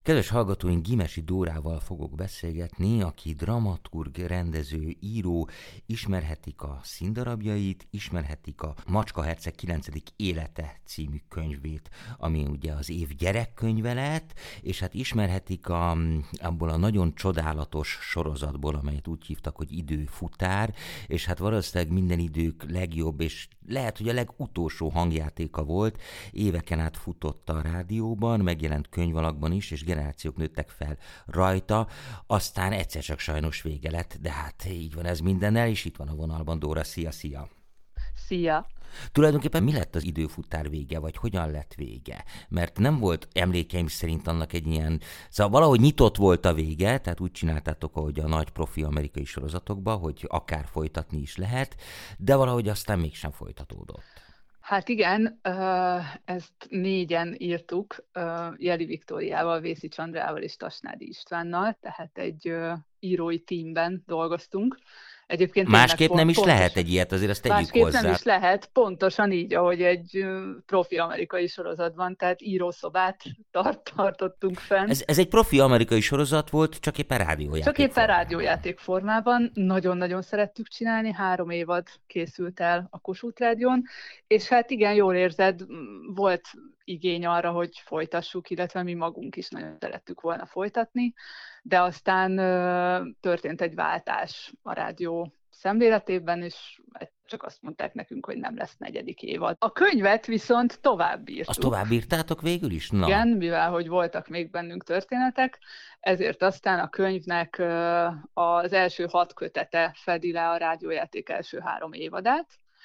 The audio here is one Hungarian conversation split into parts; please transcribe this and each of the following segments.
Kedves hallgatóink, Gimesi Dórával fogok beszélgetni, aki dramaturg, rendező, író, ismerhetik a színdarabjait, ismerhetik a Macska herceg 9. élete című könyvét, ami ugye az év gyerekkönyve lett, és hát ismerhetik abból a nagyon csodálatos sorozatból, amelyet úgy hívtak, hogy Időfutár, és hát valószínűleg minden idők legjobb, és lehet, hogy a legutolsó hangjátéka volt, éveken át futott a rádióban, megjelent könyvalakban is, és generációk nőttek fel rajta, aztán egyszer csak sajnos vége lett, de hát így van ez mindennel, és itt van a vonalban Dóra. Szia! Szia! Tulajdonképpen mi lett az Időfutár vége, vagy hogyan lett vége? Mert nem volt emlékeim szerint annak egy ilyen... Szóval valahogy nyitott volt a vége, tehát úgy csináltátok, ahogy a nagy profi amerikai sorozatokban, hogy akár folytatni is lehet, de valahogy aztán mégsem folytatódott. Hát igen, ezt 4-en írtuk, Jeli Viktóriával, Vészi Csandrával és Tasnádi Istvánnal, tehát egy írói tímben dolgoztunk. Egyébként másképp nem is lehet egy ilyet, azért azt tegyük hozzá. Másképp nem is lehet, pontosan így, ahogy egy profi amerikai sorozatban, tehát írószobát tartottunk fenn. Ez egy profi amerikai sorozat volt, csak éppen rádiójáték Csak éppen rádiójáték formában. Nagyon-nagyon szerettük csinálni, 3 évad készült el a Kossuth Rádión, és hát igen, jól érzed, volt igény arra, hogy folytassuk, illetve mi magunk is nagyon szerettük volna folytatni, de aztán történt egy váltás a rádió szemléletében, és csak azt mondták nekünk, hogy nem lesz 4. évad. A könyvet viszont tovább írtuk. Azt tovább írtátok végül is? Na. Igen, mivel hogy voltak még bennünk történetek, ezért aztán a könyvnek az első 6 kötete fedi le a rádiójáték első 3 évadát,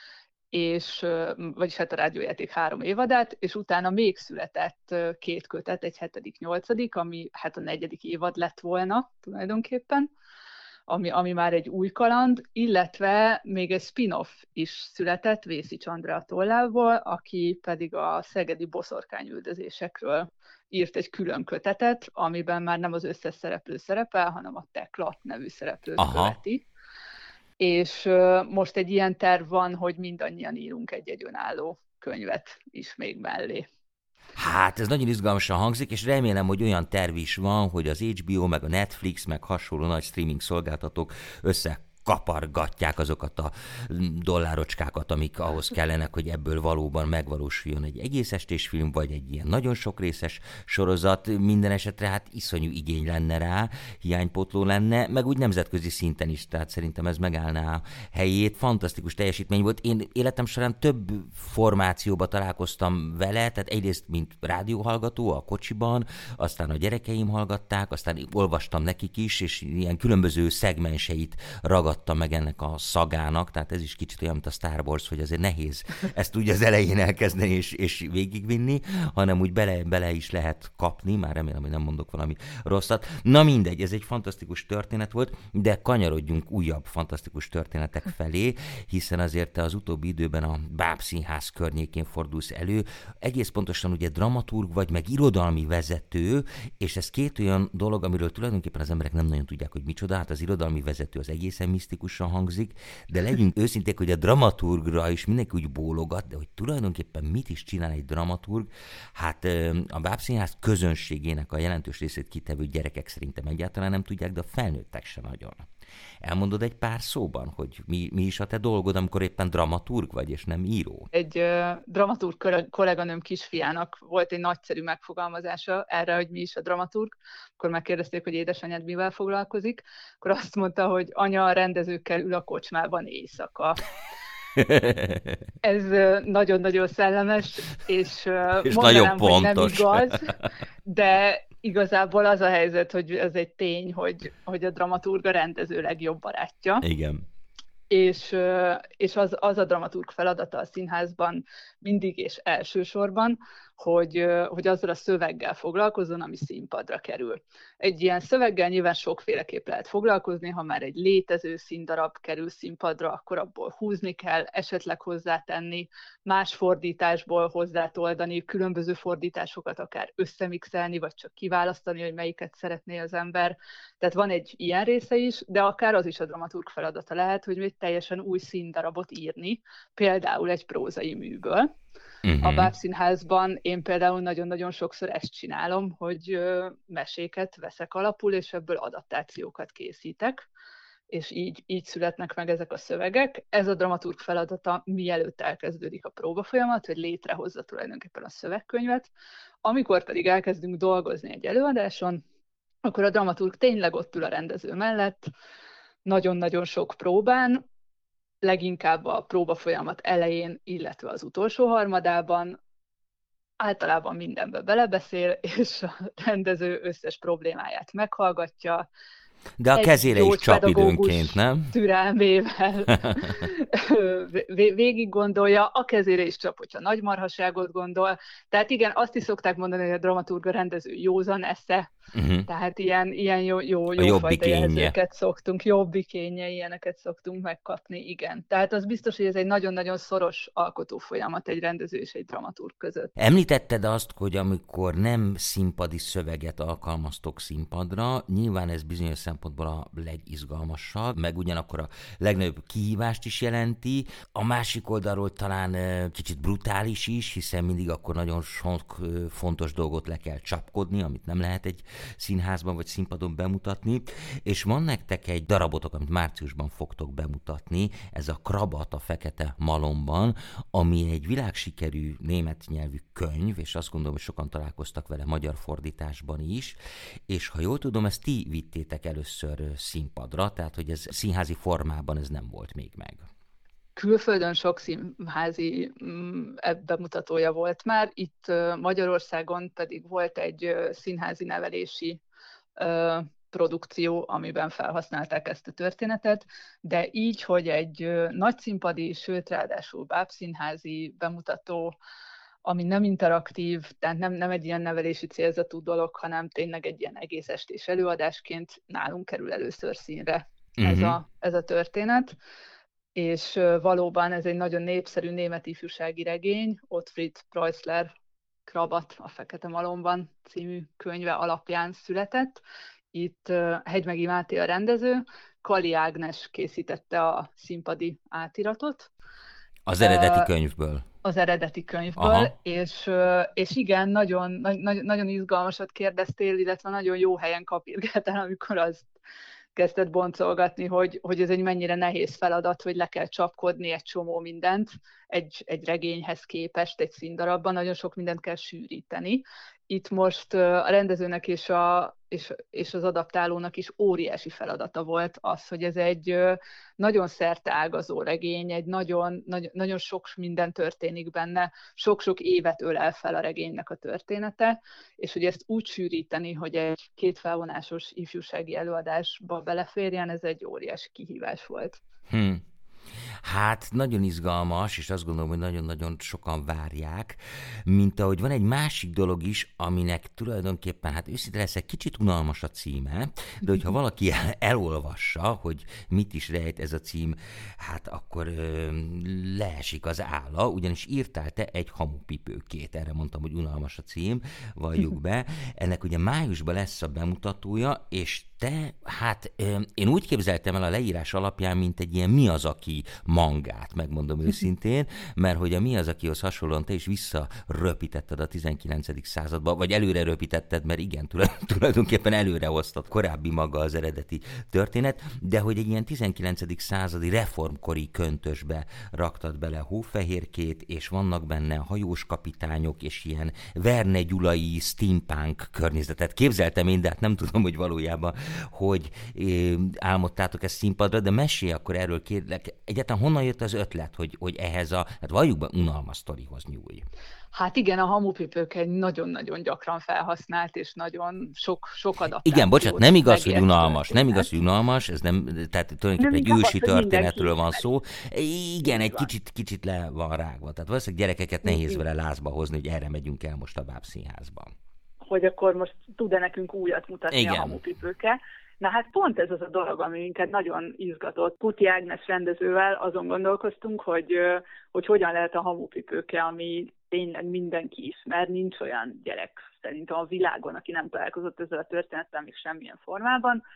vagyis hát a rádiójáték 3 évadát, és utána még született 2 kötet, egy 7., 8., ami hát a 4. évad lett volna tulajdonképpen, ami már egy új kaland, illetve még egy spin-off is született Vészi Csandra tollából, aki pedig a szegedi boszorkányüldözésekről írt egy külön kötetet, amiben már nem az összes szereplő szerepel, hanem a Tekla nevű szereplőt követi. És most egy ilyen terv van, hogy mindannyian írunk egy önálló könyvet is még mellé. Hát ez nagyon izgalmasan hangzik, és remélem, hogy olyan terv is van, hogy az HBO, meg a Netflix, meg hasonló nagy streaming szolgáltatók kapargatják azokat a dollárocskákat, amik ahhoz kellenek, hogy ebből valóban megvalósuljon egy egész estés film, vagy egy ilyen nagyon sok részes sorozat. Minden esetre hát iszonyú igény lenne rá, hiánypótló lenne, meg úgy nemzetközi szinten is, tehát szerintem ez megállná a helyét. Fantasztikus teljesítmény volt. Én életem során több formációba találkoztam vele, tehát egyrészt mint rádióhallgató a kocsiban, aztán a gyerekeim hallgatták, aztán olvastam nekik is, és ilyen különböző szegmenseit ragadtam meg ennek a szagának, tehát ez is kicsit olyan, mint a Star Wars, hogy azért nehéz ezt úgy az elején elkezdeni és végigvinni, hanem úgy bele is lehet kapni, már remélem, hogy nem mondok valami rosszat. Na mindegy, ez egy fantasztikus történet volt, de kanyarodjunk újabb fantasztikus történetek felé, hiszen azért te az utóbbi időben a Bábszínház környékén fordulsz elő, egész pontosan ugye dramaturg vagy, meg irodalmi vezető, és ez 2 olyan dolog, amiről tulajdonképpen az emberek nem nagyon tudják, hogy micsoda, hát az irodalmi vezető az egészen misztikusan hangzik, de legyünk őszinték, hogy a dramaturgra is mindenki úgy bólogat, de hogy tulajdonképpen mit is csinál egy dramaturg, hát a Bábszínház közönségének a jelentős részét kitevő gyerekek szerintem egyáltalán nem tudják, de a felnőttek se nagyon. Elmondod egy pár szóban, hogy mi is a te dolgod, amikor éppen dramaturg vagy, és nem író? Egy dramaturg kolléganőm kisfiának volt egy nagyszerű megfogalmazása erre, hogy mi is a dramaturg. Akkor megkérdezték, hogy édesanyád mivel foglalkozik. Akkor azt mondta, hogy anya a rendezőkkel ül a kocsmában éjszaka. Ez nagyon-nagyon szellemes, és mondanám, hogy nem igaz, de igazából az a helyzet, hogy ez egy tény, hogy a dramaturg a rendező legjobb barátja. Igen. És az a dramaturg feladata a színházban mindig és elsősorban, hogy azzal a szöveggel foglalkozzon, ami színpadra kerül. Egy ilyen szöveggel nyilván sokféleképp lehet foglalkozni, ha már egy létező színdarab kerül színpadra, akkor abból húzni kell, esetleg hozzátenni, más fordításból hozzátoldani, különböző fordításokat akár összemixelni, vagy csak kiválasztani, hogy melyiket szeretné az ember. Tehát van egy ilyen része is, de akár az is a dramaturg feladata lehet, hogy egy teljesen új színdarabot írni, például egy prózai műből. A Bábszínházban én például nagyon-nagyon sokszor ezt csinálom, hogy meséket veszek alapul, és ebből adaptációkat készítek, és így születnek meg ezek a szövegek. Ez a dramaturg feladata, mielőtt elkezdődik a próbafolyamat, hogy létrehozza tulajdonképpen a szövegkönyvet. Amikor pedig elkezdünk dolgozni egy előadáson, akkor a dramaturg tényleg ott ül a rendező mellett, nagyon-nagyon sok próbán, leginkább a próbafolyamat elején, illetve az utolsó harmadában, általában mindenbe belebeszél, és a rendező összes problémáját meghallgatja, de a kezére is csap időnként, nem? Türelmével végig gondolja, a kezére is csap, hogyha nagy marhaságot gondol. Tehát igen, azt is szokták mondani, hogy a dramaturg, a rendező józan esze, tehát ilyen jó fajta jelzőket szoktunk, jobbikénye, ilyeneket szoktunk megkapni, igen. Tehát az biztos, hogy ez egy nagyon-nagyon szoros alkotófolyamat egy rendező és egy dramaturg között. Említetted azt, hogy amikor nem színpadi szöveget alkalmaztok színpadra, nyilván ez bizonyos szempontból a legizgalmasabb, meg ugyanakkor a legnagyobb kihívást is jelenti. A másik oldalról talán kicsit brutális is, hiszen mindig akkor nagyon sok fontos dolgot le kell csapkodni, amit nem lehet egy színházban vagy színpadon bemutatni, és van nektek egy darabotok, amit márciusban fogtok bemutatni, ez a Krabat a Fekete Malomban, ami egy világsikerű német nyelvű könyv, és azt gondolom, hogy sokan találkoztak vele magyar fordításban is, és ha jól tudom, ezt ti vittétek először színpadra, tehát hogy ez színházi formában ez nem volt még meg. Külföldön sok színházi bemutatója volt már, itt Magyarországon pedig volt egy színházi nevelési produkció, amiben felhasználták ezt a történetet, de így, hogy egy nagyszínpadi, sőt ráadásul bábszínházi bemutató, ami nem interaktív, tehát nem egy ilyen nevelési célzatú dolog, hanem tényleg egy ilyen egész estés előadásként nálunk kerül először színre ez a történet. És valóban ez egy nagyon népszerű német ifjúsági regény, Ottfried Preussler Krabat a Fekete Malomban című könyve alapján született. Itt Hegymegi Máté a rendező, Kali Ágnes készítette a színpadi átiratot. Az eredeti könyvből. Az eredeti könyvből, és igen, nagyon izgalmasat kérdeztél, illetve nagyon jó helyen kapirgáltál, amikor azt kezdett boncolgatni, hogy ez egy mennyire nehéz feladat, hogy le kell csapkodni egy csomó mindent egy regényhez képest, egy színdarabban, nagyon sok mindent kell sűríteni. Itt most a rendezőnek és az adaptálónak is óriási feladata volt az, hogy ez egy nagyon szerteágazó regény, egy nagyon sok minden történik benne, sok-sok évet ölel fel a regénynek a története, és hogy ezt úgy sűríteni, hogy egy kétfelvonásos ifjúsági előadásba beleférjen, ez egy óriási kihívás volt. Hát nagyon izgalmas, és azt gondolom, hogy nagyon-nagyon sokan várják, mint ahogy van egy másik dolog is, aminek tulajdonképpen, hát őszinte lesz, egy kicsit unalmas a címe, de hogyha valaki elolvassa, hogy mit is rejt ez a cím, hát akkor leesik az álla, ugyanis írtál te egy hamupipőkét, erre mondtam, hogy unalmas a cím, valljuk be. Ennek ugye májusban lesz a bemutatója, és te, hát én úgy képzeltem el a leírás alapján, mint egy ilyen Miyazaki mangát, megmondom őszintén, mert hogy a Miyazakihoz hasonlóan te is visszaröpítetted a 19. századba, vagy előre röpítetted, mert igen, tulajdonképpen előre hoztad korábbi maga az eredeti történet, de hogy egy ilyen 19. századi reformkori köntösbe raktad bele Hófehérkét, és vannak benne hajós kapitányok, és ilyen Verne Gyulai steampunk környezetet képzeltem én, de hát nem tudom, hogy valójában hogy álmodtátok ezt színpadra, de mesélj akkor erről, kérlek, egyáltalán honnan jött az ötlet, hogy ehhez hát valljuk be, unalmas sztorihoz nyúlj? Hát igen, a hamupipők egy nagyon-nagyon gyakran felhasznált, és nagyon sok adaptációt. Igen, bocsánat, nem igaz, hogy unalmas, ez nem, tehát tulajdonképpen egy ősi történetről van szó. Igen, egy kicsit le van rágva. Tehát valószínűleg gyerekeket nehéz vele lázba hozni, hogy erre megyünk el most a Bábszínházban. Hogy akkor most tud-e nekünk újat mutatni igen. A hamupipőke. Na hát pont ez az a dolog, ami minket nagyon izgatott. Puti Ágnes rendezővel azon gondolkoztunk, hogy hogyan lehet a hamupipőke, ami tényleg mindenki ismer, nincs olyan gyerek szerintem a világon, aki nem találkozott ezzel a történettel még semmilyen formában,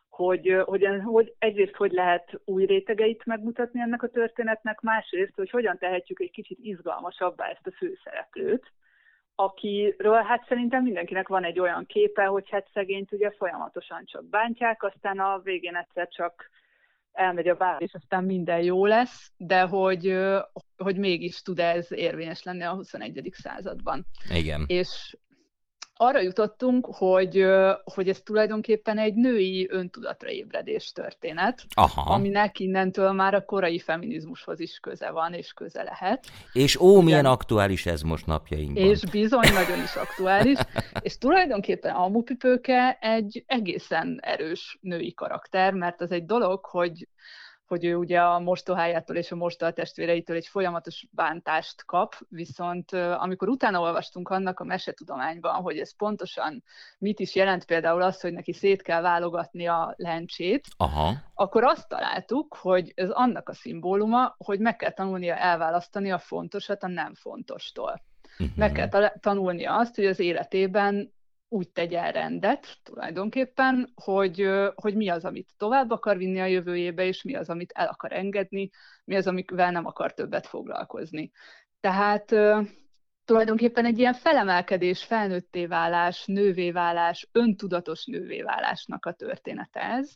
hogy egyrészt hogy lehet új rétegeit megmutatni ennek a történetnek, másrészt, hogy hogyan tehetjük egy kicsit izgalmasabbá ezt a főszereplőt, akiről hát szerintem mindenkinek van egy olyan képe, hogy hát szegényt ugye folyamatosan csak bántják, aztán a végén egyszer csak elmegy a bár, és aztán minden jó lesz, de hogy mégis tud ez érvényes lenni a 21. században. Igen. És arra jutottunk, hogy ez tulajdonképpen egy női öntudatra ébredés történet, Aha. aminek innentől már a korai feminizmushoz is köze van, és köze lehet. És milyen aktuális ez most napjainkban. És bizony nagyon is aktuális, és tulajdonképpen a Hamupipőke egy egészen erős női karakter, mert az egy dolog, hogy ő ugye a mostohájától és a mostoha testvéreitől egy folyamatos bántást kap, viszont amikor utána olvastunk annak a mesetudományban, hogy ez pontosan mit is jelent, például az, hogy neki szét kell válogatni a lencsét, akkor azt találtuk, hogy ez annak a szimbóluma, hogy meg kell tanulnia elválasztani a fontosat a nem fontostól. Meg kell tanulnia azt, hogy az életében úgy tegyen rendet tulajdonképpen, hogy mi az, amit tovább akar vinni a jövőjébe, és mi az, amit el akar engedni, mi az, amikvel nem akar többet foglalkozni. Tehát tulajdonképpen egy ilyen felemelkedés, felnőtté válás, nővé válás, öntudatos nővé válásnak a története ez.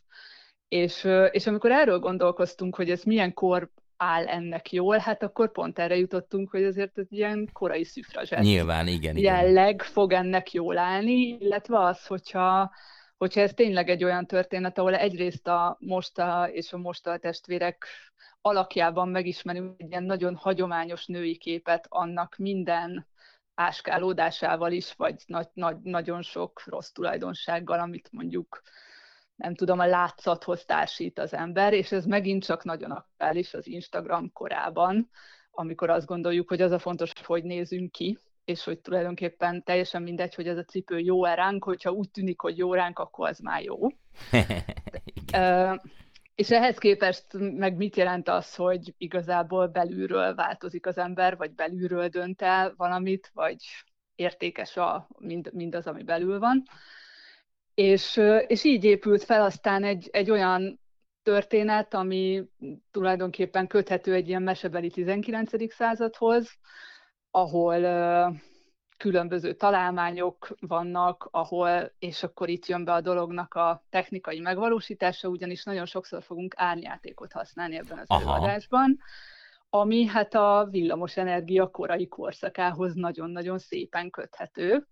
És amikor erről gondolkoztunk, hogy ez milyen kor áll ennek jól, hát akkor pont erre jutottunk, hogy azért egy ilyen korai szüfrazsett nyilván, igen. jelleg fog ennek jól állni, illetve az, hogyha ez tényleg egy olyan történet, ahol egyrészt a mosta és a mosta testvérek alakjában megismerünk egy ilyen nagyon hagyományos női képet, annak minden áskálódásával is, vagy nagyon sok rossz tulajdonsággal, amit mondjuk nem tudom, a látszathoz társít az ember, és ez megint csak nagyon aktuális az Instagram korában, amikor azt gondoljuk, hogy az a fontos, hogy nézünk ki, és hogy tulajdonképpen teljesen mindegy, hogy ez a cipő jó-e ránk, hogyha úgy tűnik, hogy jó ránk, akkor az már jó. És ehhez képest meg mit jelent az, hogy igazából belülről változik az ember, vagy belülről dönt el valamit, vagy értékes mindaz, ami belül van. És így épült fel aztán egy olyan történet, ami tulajdonképpen köthető egy ilyen mesebeli 19. századhoz, ahol különböző találmányok vannak, és akkor itt jön be a dolognak a technikai megvalósítása, ugyanis nagyon sokszor fogunk árnyátékot használni ebben az előadásban, ami hát a villamosenergia korai korszakához nagyon-nagyon szépen köthető.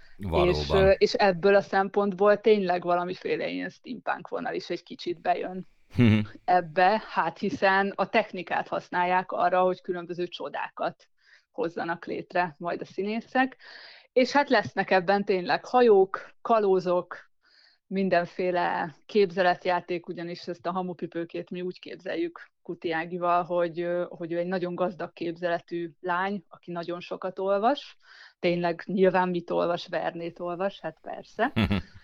És ebből a szempontból tényleg valamiféle ilyen steampunk vonal is egy kicsit bejön ebbe, hát hiszen a technikát használják arra, hogy különböző csodákat hozzanak létre majd a színészek, és hát lesznek ebben tényleg hajók, kalózok, mindenféle képzeletjáték, ugyanis ezt a Hamupipőkét mi úgy képzeljük Kuti Ágival, hogy ő egy nagyon gazdag képzeletű lány, aki nagyon sokat olvas, tényleg nyilván mit olvas, Vernét olvas, hát persze.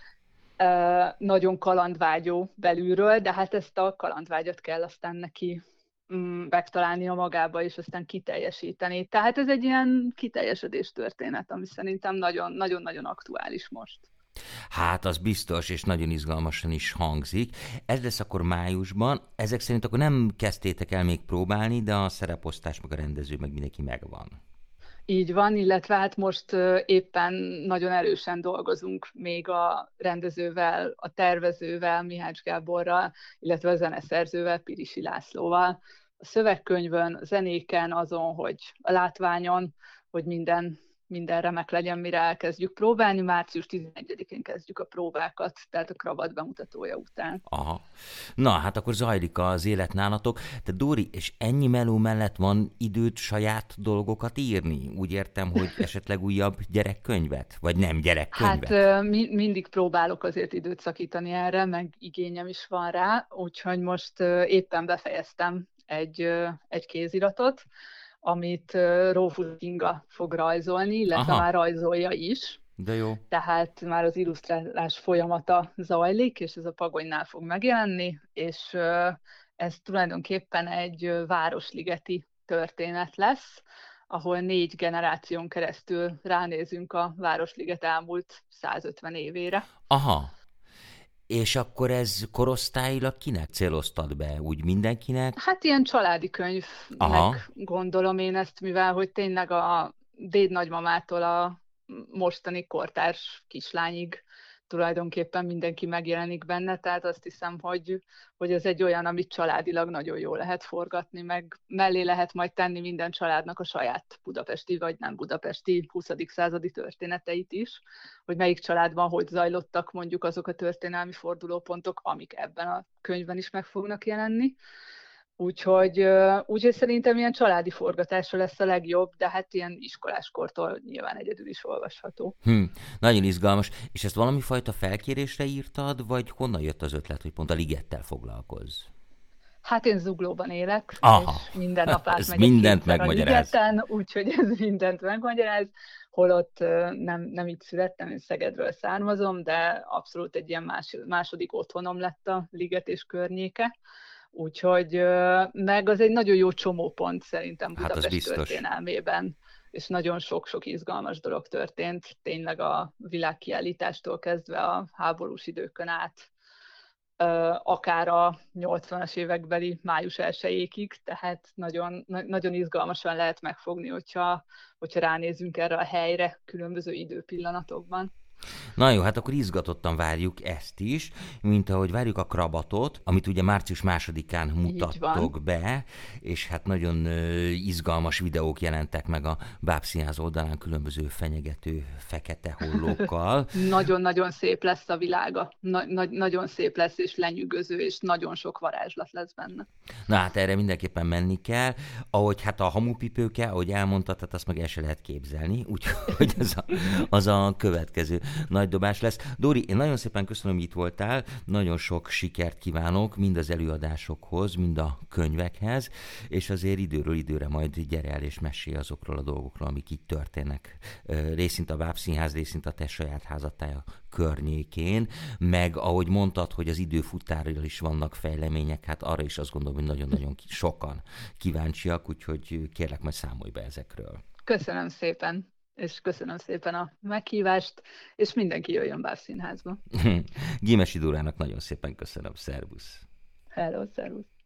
Nagyon kalandvágyó belülről, de hát ezt a kalandvágyat kell aztán neki megtalálnia magába, és aztán kiteljesíteni. Tehát ez egy ilyen kiteljesedés történet, ami szerintem nagyon-nagyon aktuális most. Hát az biztos, és nagyon izgalmasan is hangzik. Ez lesz akkor májusban. Ezek szerint akkor nem kezdtétek el még próbálni, de a szereposztás, meg a rendező, meg mindenki megvan. Így van, illetve hát most éppen nagyon erősen dolgozunk még a rendezővel, a tervezővel, Mihács Gáborral, illetve a zeneszerzővel, Pirisi Lászlóval. A szövegkönyvön, a zenéken, azon, hogy a látványon, hogy minden remek legyen, mire elkezdjük próbálni. Március 11-én kezdjük a próbákat, tehát a Krabat bemutatója után. Aha. Na, hát akkor zajlik az élet nálatok. Te Dóri, és ennyi meló mellett van időt saját dolgokat írni? Úgy értem, hogy esetleg újabb gyerekkönyvet? Vagy nem gyerekkönyvet? Hát mindig próbálok azért időt szakítani erre, meg igényem is van rá, úgyhogy most éppen befejeztem egy kéziratot, amit Rófus Kinga fog rajzolni, illetve már rajzolja is. De jó. Tehát már az illusztrálás folyamata zajlik, és ez a Pagonynál fog megjelenni, és ez tulajdonképpen egy városligeti történet lesz, ahol 4 generáción keresztül ránézünk a Városliget elmúlt 150 évére. Aha. És akkor ez korosztályilag kinek céloztad be? Úgy mindenkinek? Hát ilyen családi Aha. könyvnek gondolom én ezt, mivel hogy tényleg a dédnagymamától a mostani kortárs kislányig tulajdonképpen mindenki megjelenik benne, tehát azt hiszem, hogy ez egy olyan, amit családilag nagyon jól lehet forgatni, meg mellé lehet majd tenni minden családnak a saját budapesti vagy nem budapesti 20. századi történeteit is, hogy melyik családban hogy zajlottak mondjuk azok a történelmi fordulópontok, amik ebben a könyvben is meg fognak jelenni. Úgyhogy szerintem ilyen családi forgatásra lesz a legjobb, de hát ilyen iskoláskortól nyilván egyedül is olvasható. Nagyon izgalmas. És ezt valami fajta felkérésre írtad, vagy honnan jött az ötlet, hogy pont a ligettel foglalkozz? Hát én Zuglóban élek, Aha, és minden nap ez átmegyek mindent kétszer a megmagyaráz. ligeten, úgyhogy ez mindent megmagyaráz. Holott nem itt születtem, én Szegedről származom, de abszolút egy ilyen második otthonom lett a liget és környéke. Úgyhogy meg az egy nagyon jó csomópont szerintem Hát az Budapest biztos. történelmében, és nagyon sok-sok izgalmas dolog történt, tényleg a világkiállítástól kezdve a háborús időkön át, akár a 80-as évekbeli május 1-ig, tehát nagyon izgalmasan lehet megfogni, hogyha ránézünk erre a helyre különböző időpillanatokban. Na jó, hát akkor izgatottan várjuk ezt is, mint ahogy várjuk a Krabatot, amit ugye március 2-án Így van. mutattok be, és hát nagyon izgalmas videók jelentek meg a Bábszínház oldalán különböző fenyegető fekete hollókkal. Nagyon-nagyon szép lesz a világa. Nagyon szép lesz, és lenyűgöző, és nagyon sok varázslat lesz benne. Na hát erre mindenképpen menni kell, ahogy hát a hamupipőke, ahogy elmondtad, hát azt meg el se lehet képzelni, úgyhogy az a következő nagy dobás lesz. Dóri, én nagyon szépen köszönöm, hogy itt voltál, nagyon sok sikert kívánok, mind az előadásokhoz, mind a könyvekhez, és azért időről időre majd gyere el és mesélj azokról a dolgokról, amik itt történnek. Részint a Bábszínház, részint a te saját házatája környékén, meg ahogy mondtad, hogy az időfutárral is vannak fejlemények, hát arra is azt gondolom, hogy nagyon-nagyon sokan kíváncsiak, úgyhogy kérlek, majd számolj be ezekről. Köszönöm szépen, és köszönöm szépen a meghívást, és mindenki jöjjön Bábszínházba. Gímesi Dórának nagyon szépen köszönöm, szervusz! Hello, szervusz!